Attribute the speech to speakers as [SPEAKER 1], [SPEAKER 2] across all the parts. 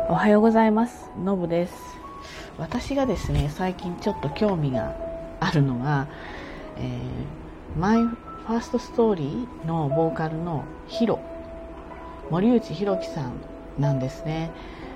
[SPEAKER 1] おはようございます。のぶです。私がですね、最近ちょっと興味があるのが、マイファーストストーリーのボーカルの森内弘樹さんなんですね。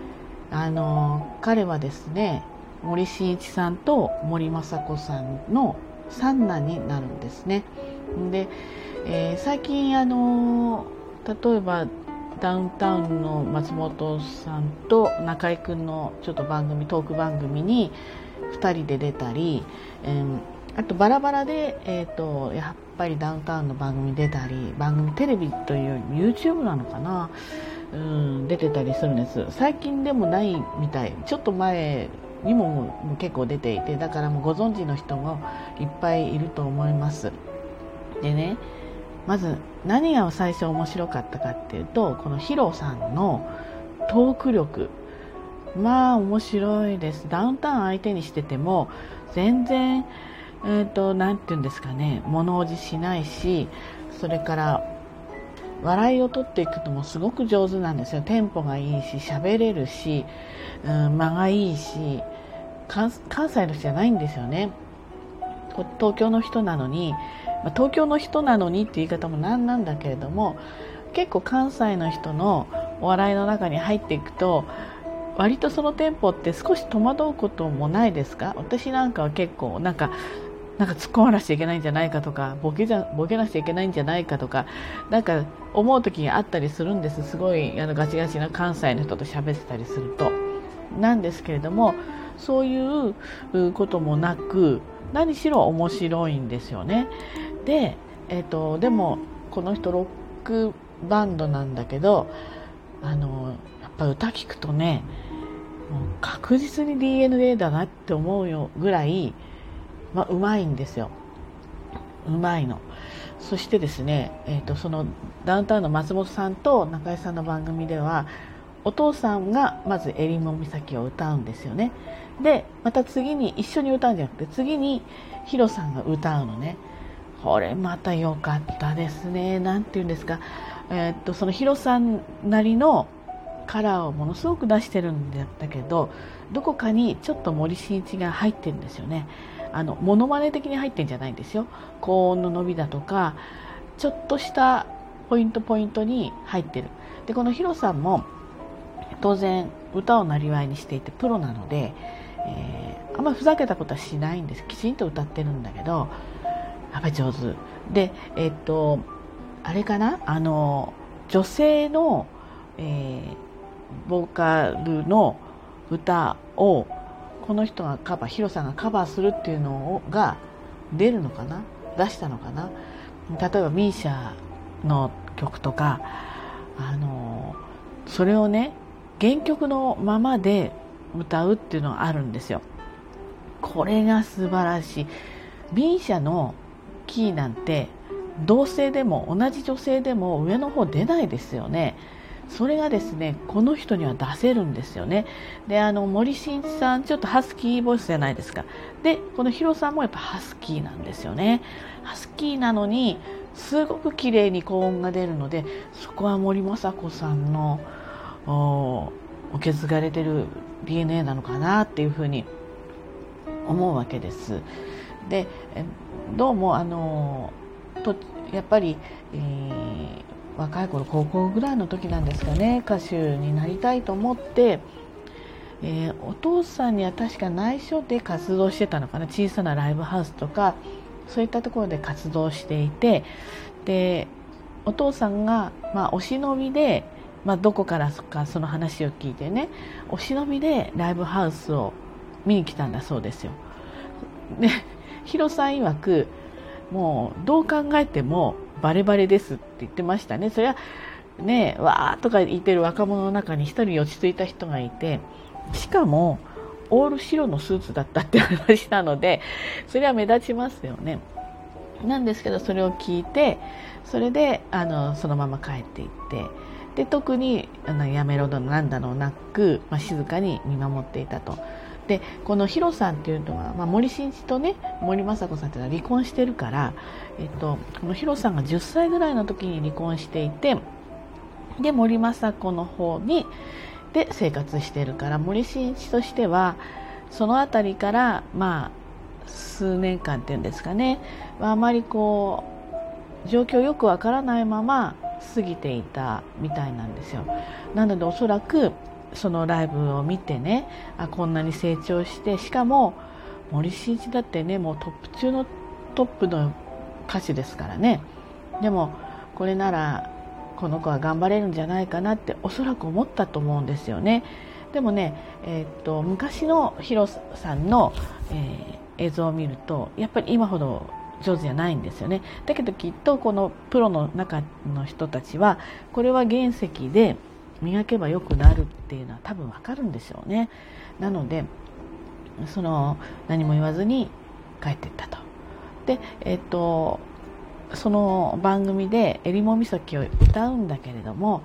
[SPEAKER 1] 彼はですね、森進一さんと森昌子さんの三男になるんですね。で、最近例えばダウンタウンの松本さんと中居くんのちょっとトーク番組に2人で出たり、あとバラバラで、やっぱりダウンタウンの番組出たり、テレビという YouTube なのかな、出てたりするんです。最近でもないみたい。ちょっと前にも結構出ていて、だからもうご存知の人もいっぱいいると思います。でね、まず何が最初面白かったかっていうと、このヒロさんのトーク力、面白いです。ダウンタウン相手にしてても全然なんていうんですかね、物おじしないし、それから笑いを取っていくのもすごく上手なんですよ。テンポがいいし、喋れるし、間がいいし、関西の人じゃないんですよね。東京の人なのに、東京の人なのにって言い方もなんなんだけれども、結構関西の人のお笑いの中に入っていくと、割とそのテンポって少し戸惑うこともないですか？私なんかは結構なんか突っ込まなきゃいけないんじゃないかとか、ボケなきゃいけないんじゃないかとか、なんか思う時があったりするんです。すごいガチガチな関西の人と喋ってたりすると。なんですけれども、そういうこともなく、何しろ面白いんですよね。で、でもこの人ロックバンドなんだけど、やっぱ歌聞くとね、もう確実に DNA だなって思うよぐらい、うまいんですよ。うまいの。そしてですね、そのダウンタウンの松本さんと中居さんの番組では、お父さんがまず襟裳岬を歌うんですよね。でまた次に一緒に歌うんじゃなくて、次にヒロさんが歌うのね。これまた良かったですね。なんていうんですか、そのヒロさんなりのカラーをものすごく出してるんだったけど、どこかにちょっと森進一が入ってるんですよね。モノマネ的に入ってるんじゃないんですよ。高音の伸びだとか、ちょっとしたポイントに入ってる。でこのヒロさんも当然歌をなりわいにしていてプロなので、あんまりふざけたことはしないんです。きちんと歌ってるんだけど、やっぱり上手で、あれかな、女性の、ボーカルの歌をこの人がヒロさんがカバーするっていうのが出るのかな、出したのかな。例えばミーシャの曲とか、それをね、原曲のままで歌うっていうのがあるんですよ。これが素晴らしい。ミーシャのキーなんて同性でも同じ女性でも上の方出ないですよね。それがですね、この人には出せるんですよね。で森進一さんちょっとハスキーボイスじゃないですか。でこのヒロさんもやっぱハスキーなんですよね。ハスキーなのにすごく綺麗に高音が出るので、そこは森昌子さんの受け継がれてる DNA なのかなっていうふうに思うわけです。でどうもやっぱり、若い頃高校ぐらいの時なんですかね、歌手になりたいと思って、お父さんには確か内緒で活動してたのかな。小さなライブハウスとかそういったところで活動していて、でお父さんが、お忍びで、どこからかその話を聞いてね、お忍びでライブハウスを見に来たんだそうですよ。でヒロさん曰く、もうどう考えてもバレバレですって言ってましたね。それはね、わーとか言ってる若者の中に一人落ち着いた人がいて、しかもオール白のスーツだったって話なので、それは目立ちますよね。なんですけど、それを聞いて、それでそのまま帰っていって、で特にやめろだのなんだのなく、静かに見守っていたと。でこのヒロさんっていうのは、森進一とね、森昌子さんっていうのは離婚してるから、このヒロさんが10歳ぐらいの時に離婚していて、で森昌子の方に、 で生活しているから、森進一としてはそのあたりから数年間っていうんですかね、あまりこう状況よくわからないまま過ぎていたみたいなんですよ。なのでおそらくそのライブを見てね、こんなに成長して、しかも森進一だってね、もうトップ中のトップの歌手ですからね。でもこれならこの子は頑張れるんじゃないかなっておそらく思ったと思うんですよね。でもね、昔のヒロさんの、映像を見るとやっぱり今ほど上手じゃないんですよね。だけどきっとこのプロの中の人たちはこれは原石で磨けば良くなるっていうのは多分わかるんでしょうね。なので何も言わずに帰っていったと。で、その番組でえりも岬を歌うんだけれども、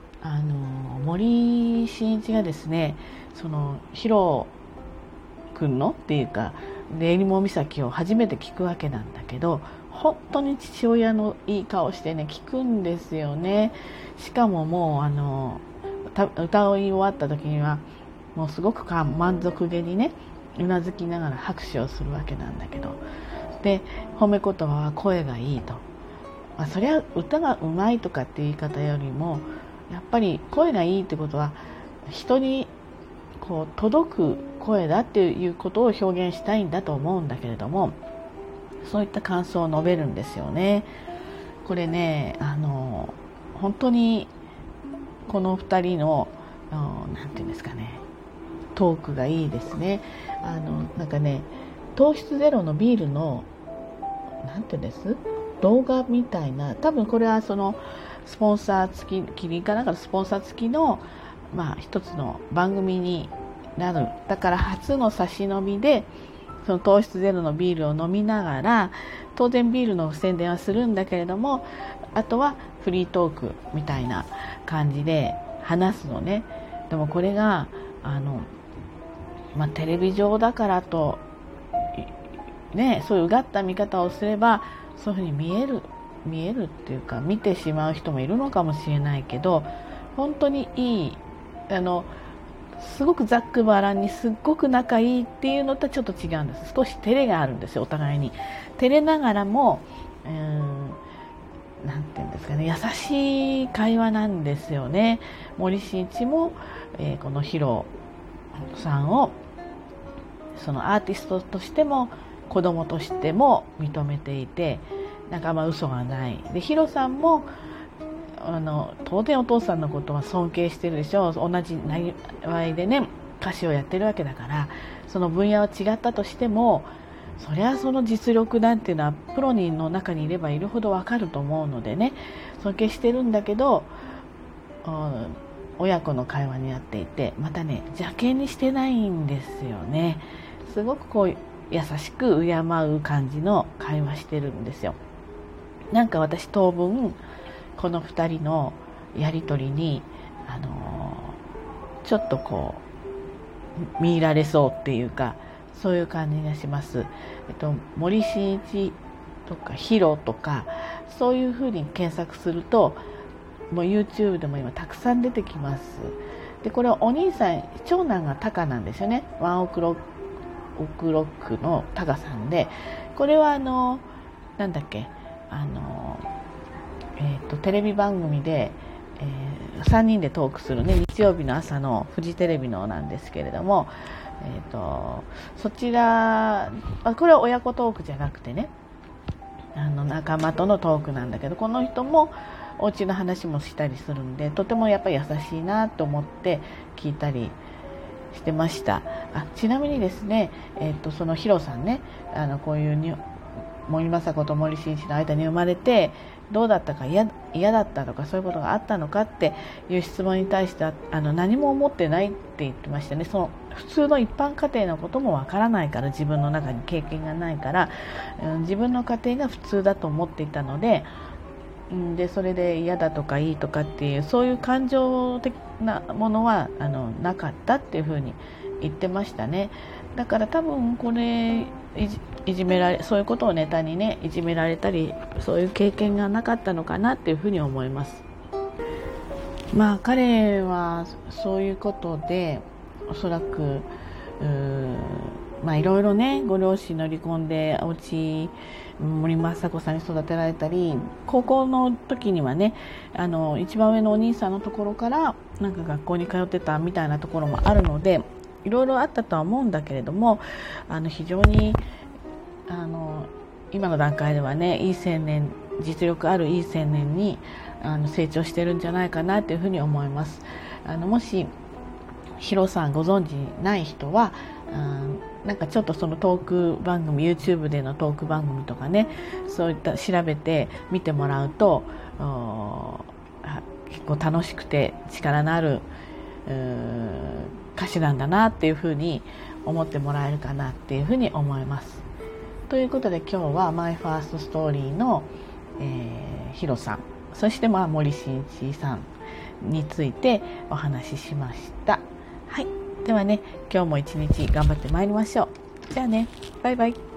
[SPEAKER 1] 森進一がですね、そのヒロ君のっていうかえりも岬を初めて聞くわけなんだけど、本当に父親のいい顔してね聞くんですよね。しかももう歌い終わった時にはもうすごく満足げにねうなずきながら拍手をするわけなんだけど、で褒め言葉は声がいいと、そりゃ歌がうまいとかって言い方よりもやっぱり声がいいってことは人にこう届く声だっていうことを表現したいんだと思うんだけれども、そういった感想を述べるんですよね。これね、本当にこの2人のなんていうんですかね、トークがいいですね。なんかね、糖質ゼロのビールのなんていうんです動画みたいな、多分これはそのスポンサー付きキリンかなんかのスポンサー付きの一つの番組になる。だから初の差し飲みでその糖質ゼロのビールを飲みながら、当然ビールの宣伝はするんだけれども、あとはフリートークみたいな感じで話すのね。でもこれがテレビ上だからとね、そういううがった見方をすればそういうふうに見えるっていうか見てしまう人もいるのかもしれないけど、本当にいいすごくざっくばらんにすっごく仲いいっていうのとはちょっと違うんです。少し照れがあるんですよ、お互いに。照れながらもなんていうんですかね、優しい会話なんですよね。森進一も、このヒロさんをそのアーティストとしても子供としても認めていて、嘘がないで、ヒロさんも当然お父さんのことは尊敬してるでしょう。同じなりわいでね歌手をやってるわけだから、その分野は違ったとしてもそりゃその実力なんていうのはプロの中にいればいるほどわかると思うのでね、尊敬してるんだけど、親子の会話になっていて、またね邪険にしてないんですよね。すごくこう優しく敬う感じの会話してるんですよ。私当分この2人のやり取りに、ちょっとこう見入られそうっていうか、そういう感じがします。森進一とかヒロとかそういう風に検索するともう YouTube でも今たくさん出てきます。でこれはお兄さん、長男がタカなんですよね。ワンオクロックのタカさんで、これはなんだっけテレビ番組で、3人でトークするね、日曜日の朝のフジテレビのなんですけれども、そちらこれは親子トークじゃなくてね、仲間とのトークなんだけど、この人もお家の話もしたりするんで、とてもやっぱり優しいなと思って聞いたりしてました。ちなみにですね、そのヒロさんね、こういう森昌子と森進一の間に生まれてどうだったか、嫌だったとかそういうことがあったのかっていう質問に対して何も思ってないって言ってましたね。その普通の一般家庭のこともわからないから、自分の中に経験がないから、自分の家庭が普通だと思っていたので、それで嫌だとかいいとかっていうそういう感情的なものはなかったっていうふうに言ってましたね。だから多分これいじめられ、そういうことをネタにねいじめられたりそういう経験がなかったのかなっていうふうに思います。 彼はそういうことでおそらくいろいろね、ご両親の離婚でお家森昌子さんに育てられたり、高校の時にはね、一番上のお兄さんのところからなんか学校に通ってたみたいなところもあるので、いろいろあったとは思うんだけれども、非常に今の段階ではね、いい青年、実力あるいい青年に成長してるんじゃないかなというふうに思います。もしヒロさんご存知ない人は、なんかちょっとそのトーク番組、 YouTube でのトーク番組とかね、そういった調べて見てもらうと結構楽しくて力のある歌手なんだなっていうふうに思ってもらえるかなっていうふうに思います。ということで今日はマイファーストストーリーの、ヒロさん、そして森進一さんについてお話ししました。はい、ではね、今日も一日頑張ってまいりましょう。じゃあね、バイバイ。